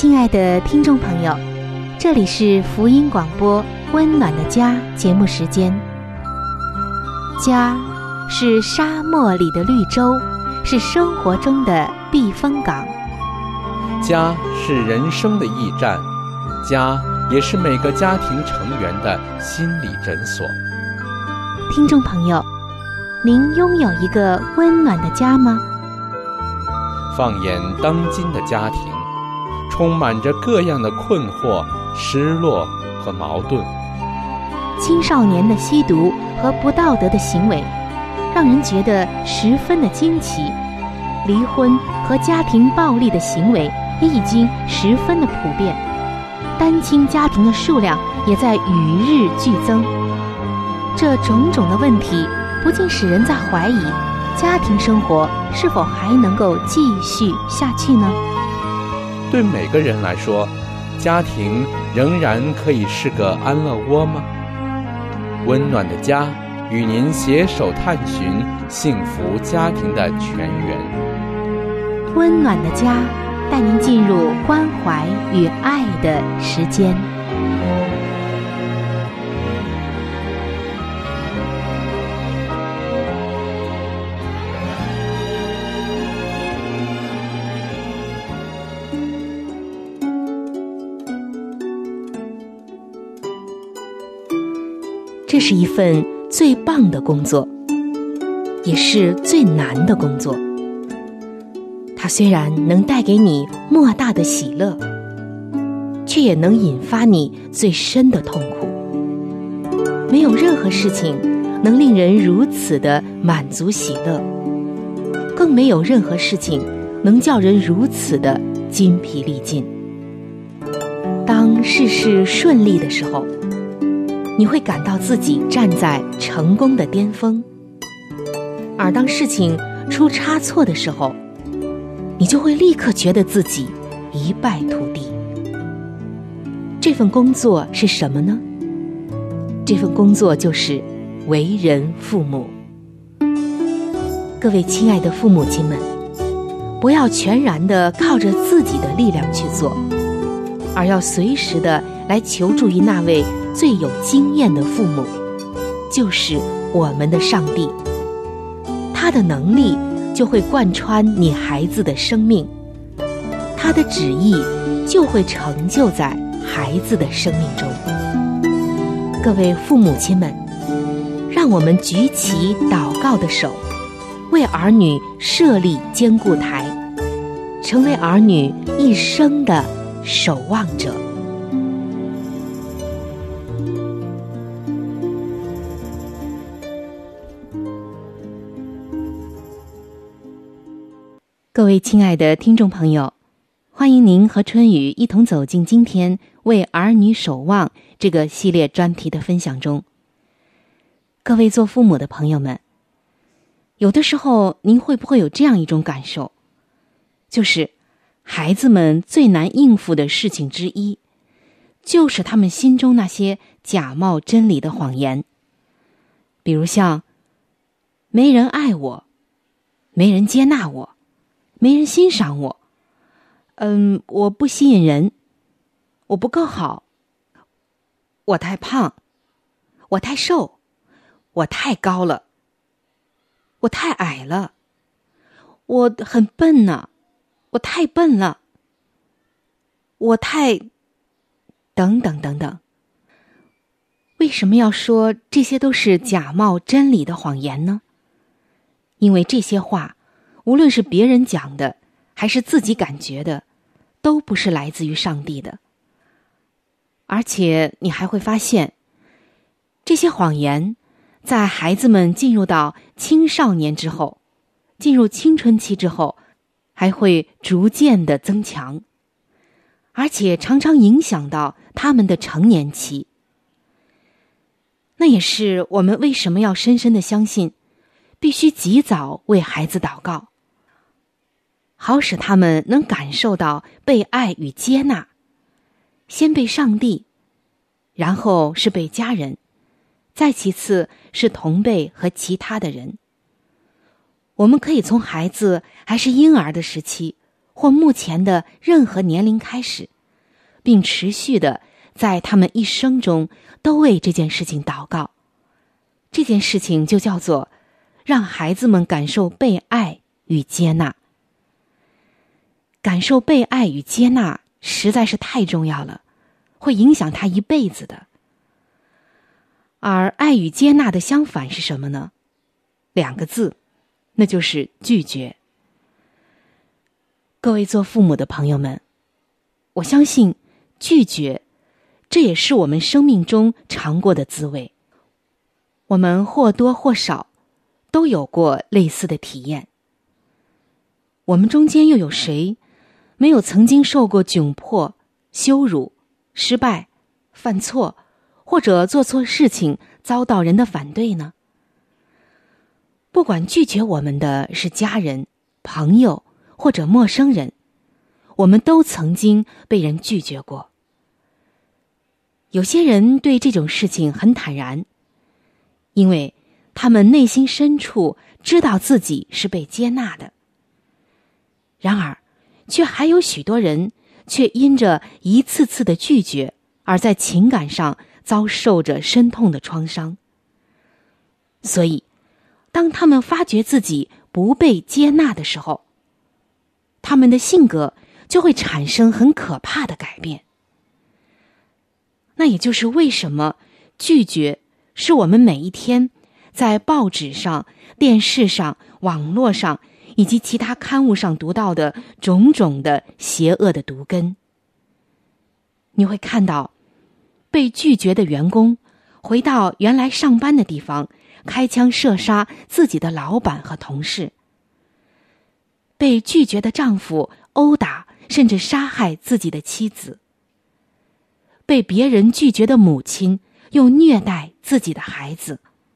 亲爱的听众朋友，这里是福音广播温暖的家节目时间。家是沙漠里的绿洲，是生活中的避风港。 家是人生的驿站，家也是每个家庭成员的心理诊所。 听众朋友，您拥有一个温暖的家吗？ 放眼当今的家庭，充满着各样的困惑、失落和矛盾。 青少年的吸毒和不道德的行为，让人觉得十分的惊奇。离婚和家庭暴力的行为也已经十分的普遍，单亲家庭的数量也在与日俱增。这种种的问题，不禁使人在怀疑，家庭生活是否还能够继续下去呢？ 对每个人来说，家庭仍然可以是个安乐窝吗？温暖的家与您携手探寻幸福家庭的泉源。 温暖的家带您进入关怀与爱的时间。这是一份最棒的工作，也是最难的工作。它虽然能带给你莫大的喜乐，却也能引发你最深的痛苦。没有任何事情能令人如此的满足喜乐，更没有任何事情能叫人如此的筋疲力尽。当事事顺利的时候，你会感到自己站在成功的巅峰，而当事情出差错的时候，你就会立刻觉得自己一败涂地。这份工作是什么呢？这份工作就是为人父母。各位亲爱的父母亲们，不要全然地靠着自己的力量去做，而要随时地来求助于那位最有经验的父母，就是我们的上帝。他的能力就会贯穿你孩子的生命，他的旨意就会成就在孩子的生命中。各位父母亲们，让我们举起祷告的手，为儿女设立坚固台，成为儿女一生的守望者。各位亲爱的听众朋友，欢迎您和春雨一同走进今天为儿女守望这个系列专题的分享中。各位做父母的朋友们，有的时候您会不会有这样一种感受，就是孩子们最难应付的事情之一，就是他们心中那些假冒真理的谎言。比如像没人爱我，没人接纳我，没人欣赏我，我不吸引人，我不够好，我太胖，我太瘦，我太高了，我太矮了，我很笨呢，我太笨了，我太……等等等等。为什么要说这些都是假冒真理的谎言呢？因为这些话无论是别人讲的还是自己感觉的，都不是来自于上帝的。而且你还会发现，这些谎言在孩子们进入到青少年之后，进入青春期之后，还会逐渐的增强，而且常常影响到他们的成年期。那也是我们为什么要深深的相信，必须及早为孩子祷告，好使他们能感受到被爱与接纳，先被上帝，然后是被家人，再其次是同辈和其他的人。我们可以从孩子还是婴儿的时期， 或目前的任何年龄开始，并持续的在他们一生中都为这件事情祷告。这件事情就叫做让孩子们感受被爱与接纳。感受被爱与接纳实在是太重要了，会影响他一辈子的。而爱与接纳的相反是什么呢？2个字，那就是拒绝。各位做父母的朋友们，我相信拒绝，这也是我们生命中尝过的滋味。我们或多或少都有过类似的体验。我们中间又有谁没有曾经受过窘迫、羞辱、失败、犯错，或者做错事情遭到人的反对呢？不管拒绝我们的是家人、朋友或者陌生人，我们都曾经被人拒绝过。有些人对这种事情很坦然，因为他们内心深处知道自己是被接纳的。然而，却还有许多人却因着一次次的拒绝，而在情感上遭受着深痛的创伤。所以，当他们发觉自己不被接纳的时候，他们的性格就会产生很可怕的改变。那也就是为什么拒绝是我们每一天在报纸上、电视上、网络上以及其他刊物上读到的种种的邪恶的毒根。你会看到被拒绝的员工回到原来上班的地方，开枪射杀自己的老板和同事；被拒绝的丈夫殴打甚至杀害自己的妻子；被别人拒绝的母亲又虐待自己的孩子；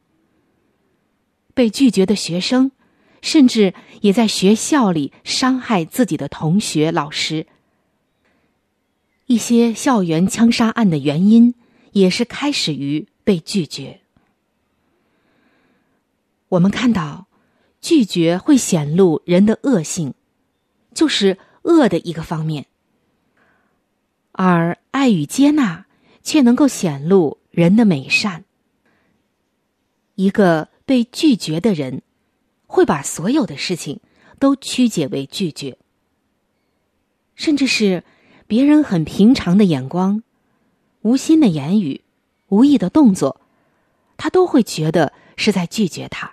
被拒绝的学生甚至也在学校里伤害自己的同学、老师。一些校园枪杀案的原因也是开始于被拒绝。我们看到拒绝会显露人的恶性，就是恶的一个方面，而爱与接纳却能够显露人的美善。一个被拒绝的人会把所有的事情都曲解为拒绝，甚至是别人很平常的眼光、无心的言语、无意的动作，他都会觉得是在拒绝他。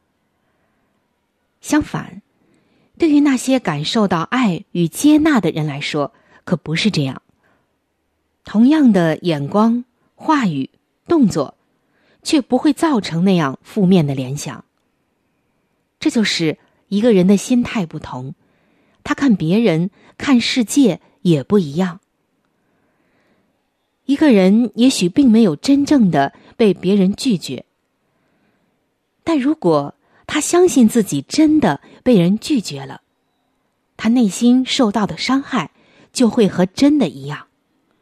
相反，对于那些感受到爱与接纳的人来说，可不是这样。同样的眼光、话语、动作，却不会造成那样负面的联想。这就是一个人的心态不同，他看别人、看世界也不一样。一个人也许并没有真正的被别人拒绝，但如果他相信自己真的被人拒绝了，他内心受到的伤害就会和真的一样。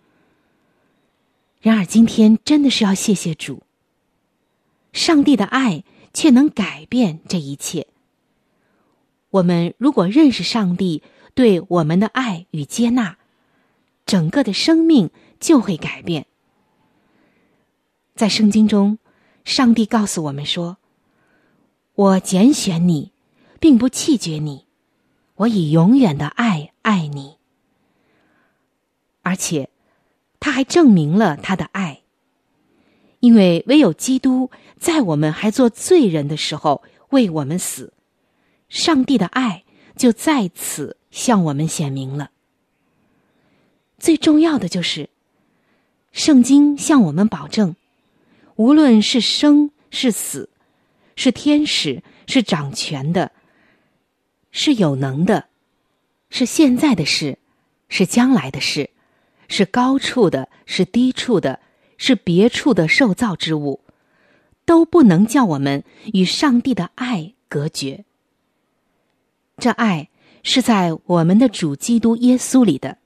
然而今天真的是要谢谢主，上帝的爱却能改变这一切。我们如果认识上帝对我们的爱与接纳，整个的生命就会改变。在圣经中，上帝告诉我们说，我拣选你，并不弃绝你，我以永远的爱爱你。而且他还证明了他的爱，因为唯有基督在我们还做罪人的时候为我们死，上帝的爱就在此向我们显明了。最重要的就是圣经向我们保证，无论是生是死，是天使，是掌权的，是有能的，是现在的事，是将来的事，是高处的，是低处的，是别处的受造之物，都不能叫我们与上帝的爱隔绝。这爱是在我们的主基督耶稣里的。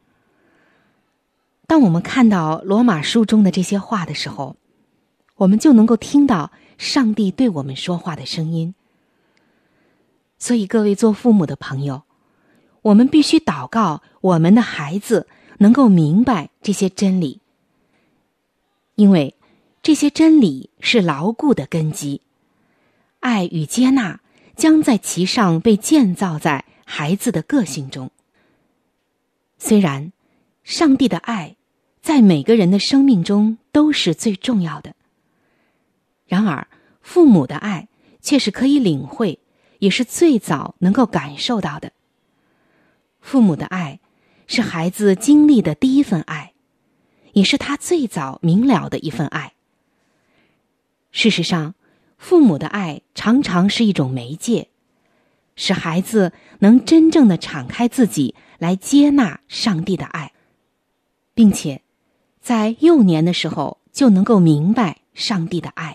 当我们看到罗马书中的这些话的时候，我们就能够听到上帝对我们说话的声音。所以各位做父母的朋友， 我们必须祷告我们的孩子能够明白这些真理，因为这些真理是牢固的根基，爱与接纳将在其上被建造在孩子的个性中。虽然上帝的爱在每个人的生命中都是最重要的，然而父母的爱却是可以领会，也是最早能够感受到的。父母的爱是孩子经历的第一份爱，也是他最早明了的一份爱。事实上，父母的爱常常是一种媒介，使孩子能真正的敞开自己来接纳上帝的爱，并且在幼年的时候就能够明白上帝的爱。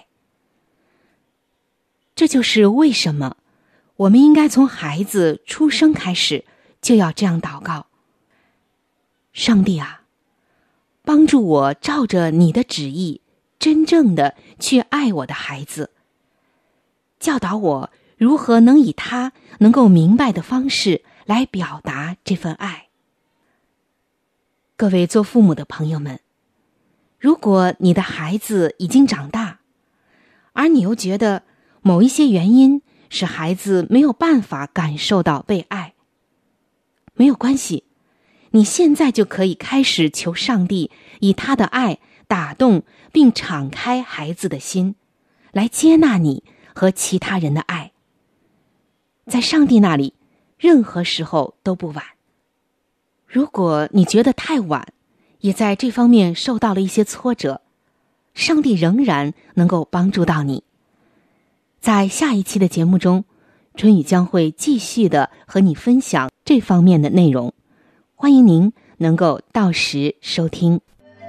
这就是为什么我们应该从孩子出生开始就要这样祷告：上帝啊，帮助我照着你的旨意真正的去爱我的孩子，教导我如何能以他能够明白的方式来表达这份爱。各位做父母的朋友们，如果你的孩子已经长大，而你又觉得某一些原因使孩子没有办法感受到被爱，没有关系，你现在就可以开始求上帝以他的爱打动并敞开孩子的心，来接纳你和其他人的爱。在上帝那里，任何时候都不晚。如果你觉得太晚，也在这方面受到了一些挫折，上帝仍然能够帮助到你。在下一期的节目中，春雨将会继续的和你分享这方面的内容，欢迎您能够到时收听。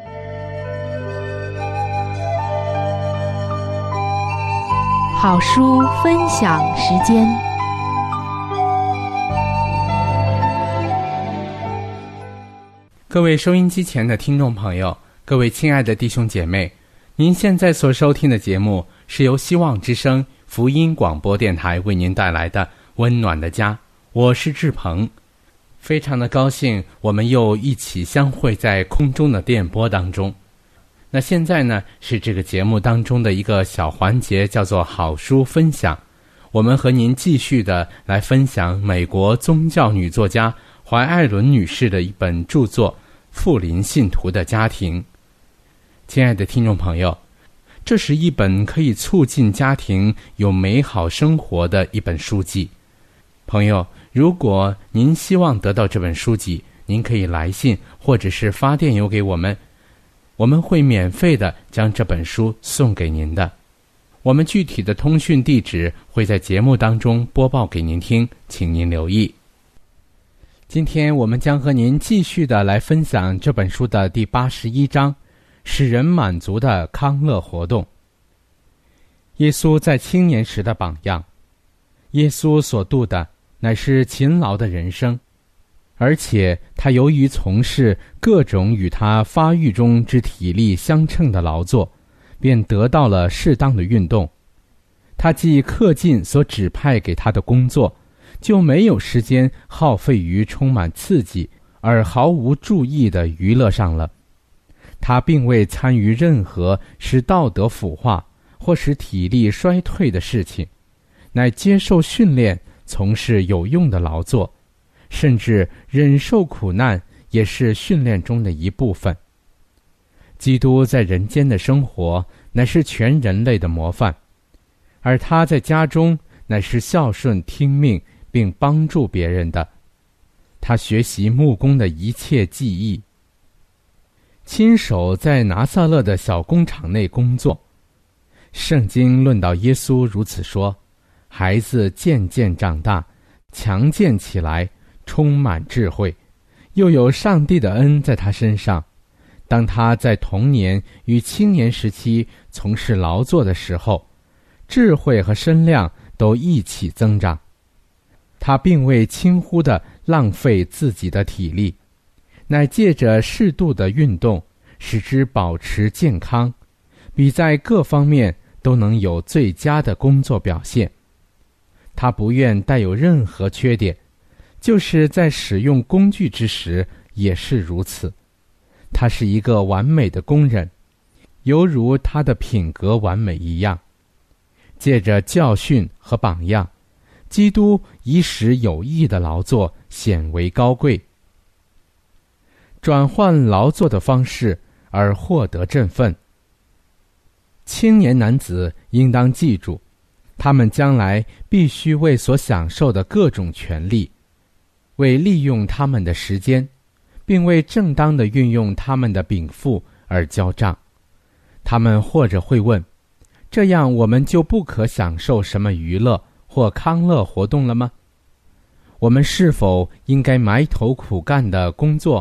好书分享时间。 各位收音机前的听众朋友，各位亲爱的弟兄姐妹，您现在所收听的节目是由希望之声福音广播电台为您带来的温暖的家，我是志鹏。非常的高兴我们又一起相会在空中的电波当中。那现在呢，是这个节目当中的一个小环节，叫做好书分享。我们和您继续的来分享美国宗教女作家怀艾伦女士的一本著作《富林信徒的家庭》。亲爱的听众朋友，这是一本可以促进家庭有美好生活的一本书籍。朋友，如果您希望得到这本书籍，您可以来信或者是发电邮给我们，我们会免费的将这本书送给您的。我们具体的通讯地址会在节目当中播报给您听，请您留意。今天我们将和您继续的来分享这本书的第81章，使人满足的康乐活动。耶稣在青年时的榜样。耶稣所度的乃是勤劳的人生，而且他由于从事各种与他发育中之体力相称的劳作，便得到了适当的运动。他既恪尽所指派给他的工作，就没有时间耗费于充满刺激而毫无注意的娱乐上了。他并未参与任何使道德腐化或使体力衰退的事情，乃接受训练，从事有用的劳作，甚至忍受苦难也是训练中的一部分。基督在人间的生活乃是全人类的模范，而他在家中乃是孝顺听命并帮助别人的。他学习木工的一切技艺，亲手在拿撒勒的小工厂内工作。圣经论到耶稣如此说：孩子渐渐长大，强健起来，充满智慧，又有上帝的恩在他身上。当他在童年与青年时期从事劳作的时候，智慧和身量都一起增长。他并未轻忽地浪费自己的体力，乃借着适度的运动使之保持健康，比在各方面都能有最佳的工作表现。他不愿带有任何缺点， 就是在使用工具之时也是如此。他是一个完美的工人，犹如他的品格完美一样。借着教训和榜样，基督以使有益的劳作显为高贵，转换劳作的方式而获得振奋。青年男子应当记住，他们将来必须为所享受的各种权利，为利用他们的时间，并为正当的运用他们的禀赋而交账。他们或者会问，这样我们就不可享受什么娱乐或康乐活动了吗？我们是否应该埋头苦干的工作，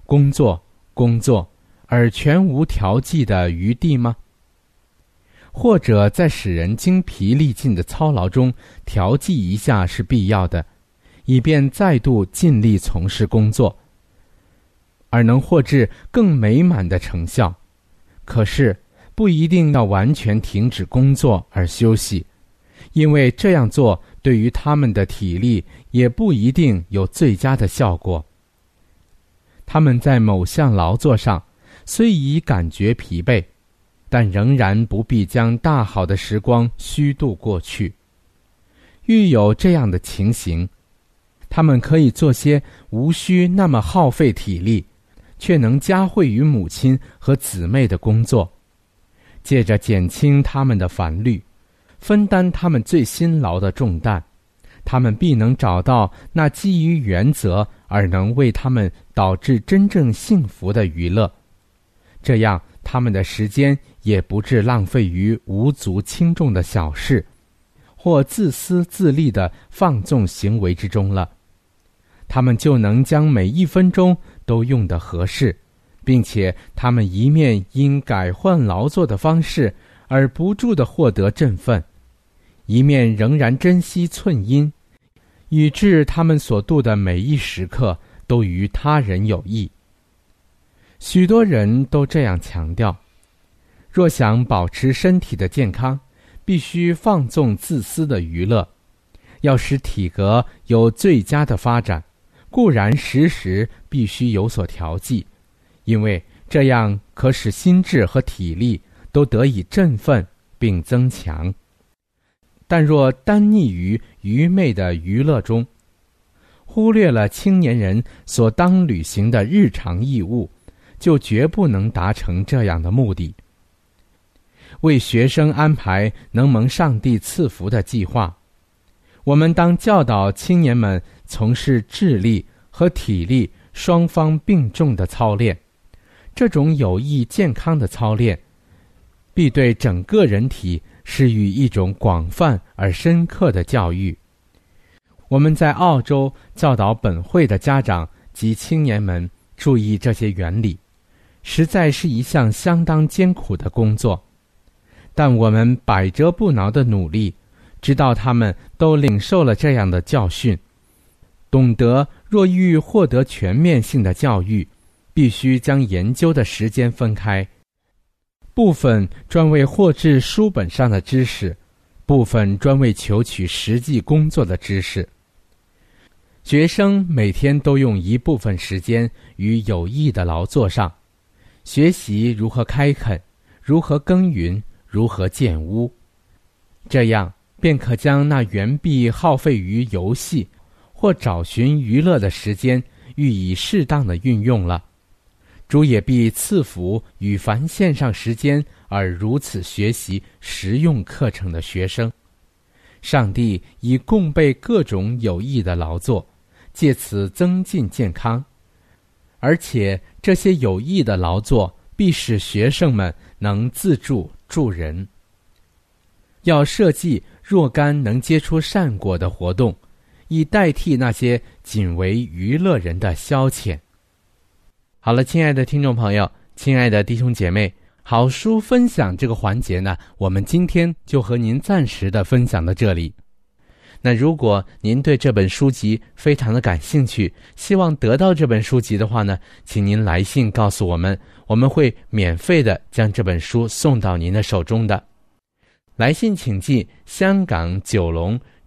而全无调剂的余地吗？或者在使人精疲力尽的操劳中调剂一下是必要的，以便再度尽力从事工作，而能获致更美满的成效。可是不一定要完全停止工作而休息，因为这样做对于他们的体力也不一定有最佳的效果。他们在某项劳作上虽已感觉疲惫，但仍然不必将大好的时光虚度过去。遇有这样的情形，他们可以做些无需那么耗费体力，却能加惠于母亲和姊妹的工作，借着减轻他们的烦虑，分担他们最辛劳的重担，他们必能找到那基于原则而能为他们导致真正幸福的娱乐。这样他们的时间也不致浪费于无足轻重的小事，或自私自利的放纵行为之中了。他们就能将每一分钟都用得合适，并且他们一面因改换劳作的方式而不住地获得振奋，一面仍然珍惜寸阴，以致他们所度的每一时刻都与他人有益。许多人都这样强调，若想保持身体的健康，必须放纵自私的娱乐。要使体格有最佳的发展，固然时时必须有所调剂，因为这样可使心智和体力都得以振奋并增强。但若单溺于愚昧的娱乐中，忽略了青年人所当履行的日常义务，就绝不能达成这样的目的。为学生安排能蒙上帝赐福的计划，我们当教导青年们从事智力和体力双方并重的操练。这种有益健康的操练，必对整个人体施予一种广泛而深刻的教育。我们在澳洲教导本会的家长及青年们注意这些原理，实在是一项相当艰苦的工作。但我们百折不挠的努力，直到他们都领受了这样的教训，懂得若欲获得全面性的教育，必须将研究的时间分开，部分专为获致书本上的知识，部分专为求取实际工作的知识。学生每天都用一部分时间于有益的劳作上，学习如何开垦，如何耕耘，如何建屋，这样便可将那原必耗费于游戏或找寻娱乐的时间予以适当的运用了。主也必赐福与凡献上时间而如此学习实用课程的学生。上帝以供备各种有益的劳作，借此增进健康，而且这些有益的劳作必使学生们能自助助人。要设计若干能结出善果的活动，以代替那些仅为娱乐人的消遣。好了，亲爱的听众朋友，亲爱的弟兄姐妹，好书分享这个环节呢，我们今天就和您暂时的分享到这里。那如果您对这本书籍非常的感兴趣，希望得到这本书籍的话呢，请您来信告诉我们，我们会免费的将这本书送到您的手中的。来信请寄香港九龙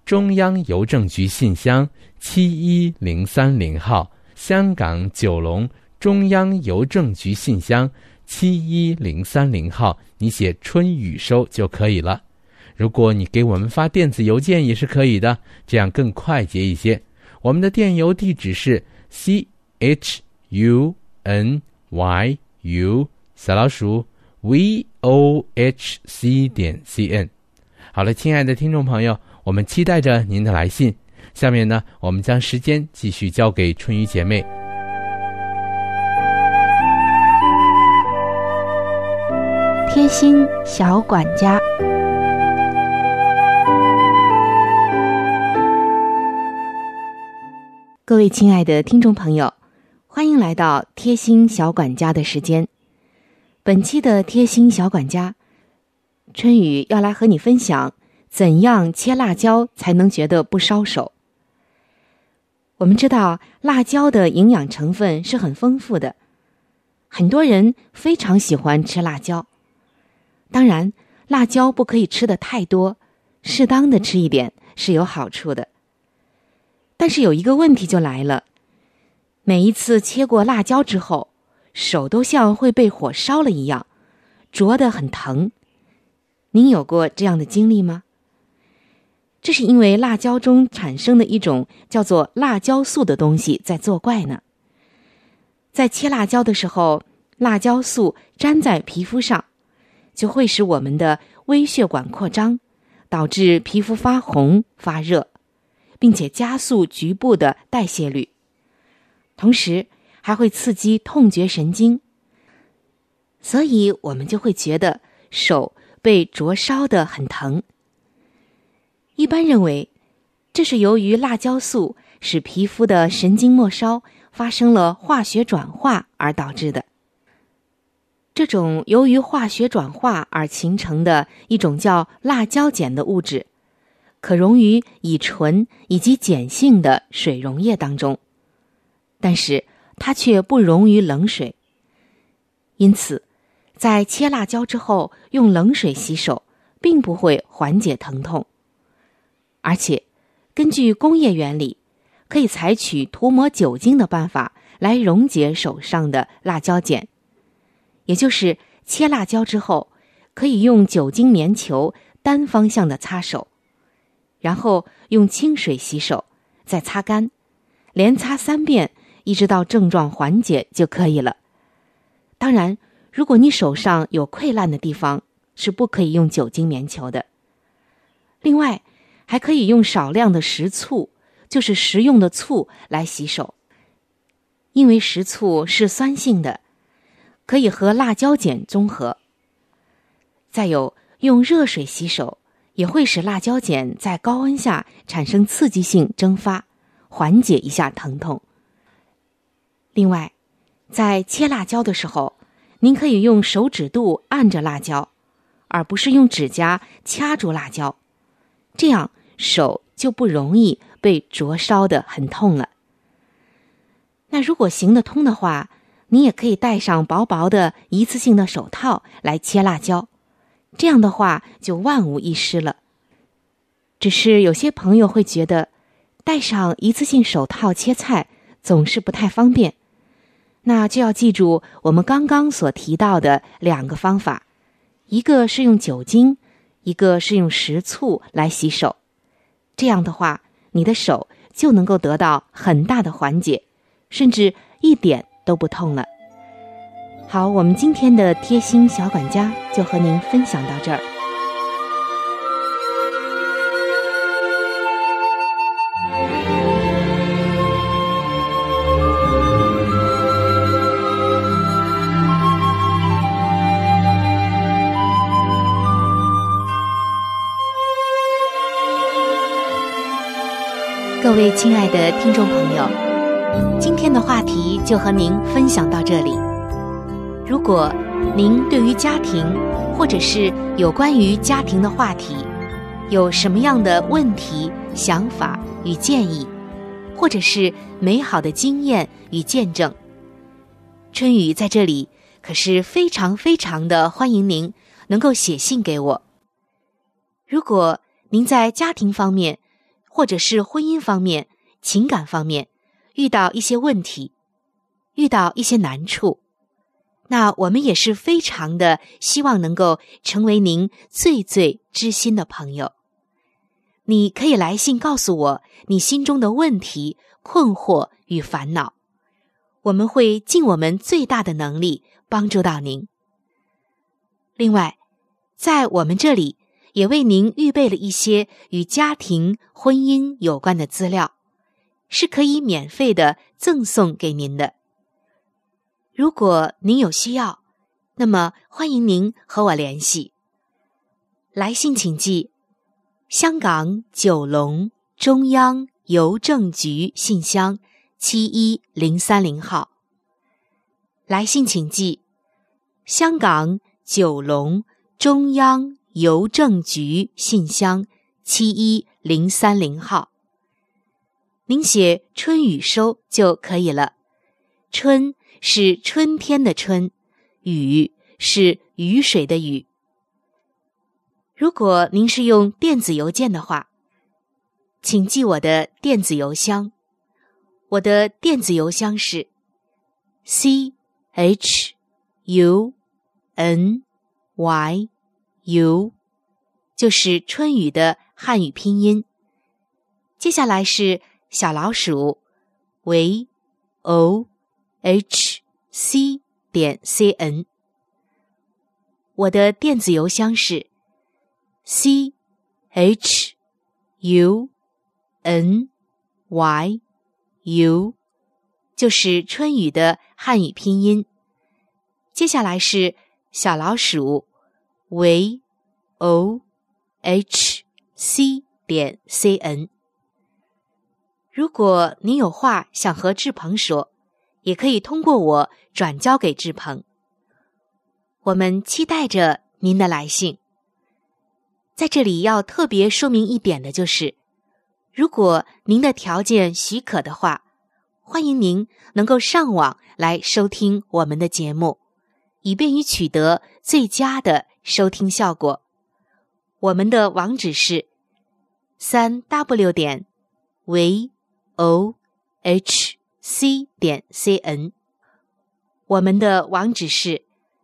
中央邮政局信箱71030号，香港九龙中央邮政局信箱71030号，你写春雨收就可以了。如果你给我们发电子邮件也是可以的，这样更快捷一些。我们的电邮地址是 CHUNYU vohc.cn。 好了，亲爱的听众朋友，我们期待着您的来信。下面呢，我们将时间继续交给春雨姐妹。 贴心小管家。各位亲爱的听众朋友，欢迎来到贴心小管家的时间。本期的贴心小管家，春雨要来和你分享怎样切辣椒才能觉得不烧手。我们知道辣椒的营养成分是很丰富的，很多人非常喜欢吃辣椒。当然，辣椒不可以吃得太多，适当的吃一点是有好处的。但是有一个问题就来了，每一次切过辣椒之后，手都像会被火烧了一样，灼得很疼。您有过这样的经历吗？这是因为辣椒中产生的一种叫做辣椒素的东西在作怪呢。在切辣椒的时候，辣椒素粘在皮肤上，就会使我们的微血管扩张，导致皮肤发红发热，并且加速局部的代谢率，同时还会刺激痛觉神经，所以我们就会觉得手被灼烧得很疼。一般认为，这是由于辣椒素使皮肤的神经末梢发生了化学转化而导致的。这种由于化学转化而形成的一种叫辣椒碱的物质，可溶于乙醇以及碱性的水溶液当中，但是它却不溶于冷水。因此，在切辣椒之后用冷水洗手，并不会缓解疼痛。而且，根据工业原理，可以采取涂抹酒精的办法来溶解手上的辣椒碱。也就是切辣椒之后，可以用酒精棉球单方向的擦手，然后用清水洗手，再擦干，连擦3遍，一直到症状缓解就可以了。当然，如果你手上有溃烂的地方，是不可以用酒精棉球的。另外，还可以用少量的食醋，就是食用的醋来洗手，因为食醋是酸性的，可以和辣椒碱中和。再有，用热水洗手也会使辣椒碱在高温下产生刺激性蒸发，缓解一下疼痛。另外，在切辣椒的时候，您可以用手指肚按着辣椒，而不是用指甲掐住辣椒，这样手就不容易被灼烧得很痛了。那如果行得通的话，你也可以戴上薄薄的一次性的手套来切辣椒，这样的话就万无一失了。只是有些朋友会觉得戴上一次性手套切菜总是不太方便，那就要记住我们刚刚所提到的2个方法，一个是用酒精，一个是用食醋来洗手。这样的话，你的手就能够得到很大的缓解，甚至一点都不痛了。好，我们今天的贴心小管家就和您分享到这儿。各位亲爱的听众朋友，今天的话题就和您分享到这里。如果您对于家庭或者是有关于家庭的话题有什么样的问题、想法与建议，或者是美好的经验与见证，春雨在这里可是非常非常的欢迎您能够写信给我。如果您在家庭方面或者是婚姻方面、情感方面遇到一些问题，遇到一些难处，那我们也是非常的希望能够成为您最最知心的朋友。你可以来信告诉我你心中的问题、困惑与烦恼，我们会尽我们最大的能力帮助到您。另外，在我们这里也为您预备了一些与家庭、婚姻有关的资料，是可以免费的赠送给您的。如果您有需要，那么欢迎您和我联系。来信请寄香港九龙中央邮政局信箱71030号。来信请寄香港九龙中央邮政局信箱71030号。您写春雨收就可以了。春是春天的春，雨是雨水的雨。如果您是用电子邮件的话，请记我的电子邮箱。我的电子邮箱是 CHUNYU， 就是春雨的汉语拼音。接下来是小老鼠vohc.cn。 我的电子邮箱是 CHUNYU， 就是春雨的汉语拼音。接下来是小老鼠 vohc.cn。 如果您有话想和志鹏说，也可以通过我转交给志鹏。我们期待着您的来信。在这里要特别说明一点的就是，如果您的条件许可的话，欢迎您能够上网来收听我们的节目，以便于取得最佳的收听效果。我们的网址是 3w.vohc.cn。 我们的网址是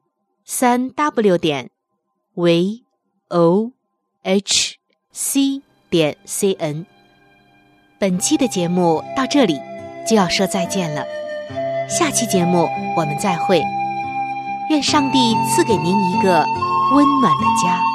3w.vohc.cn。 本期的节目到这里就要说再见了，下期节目我们再会。愿上帝赐给您一个温暖的家。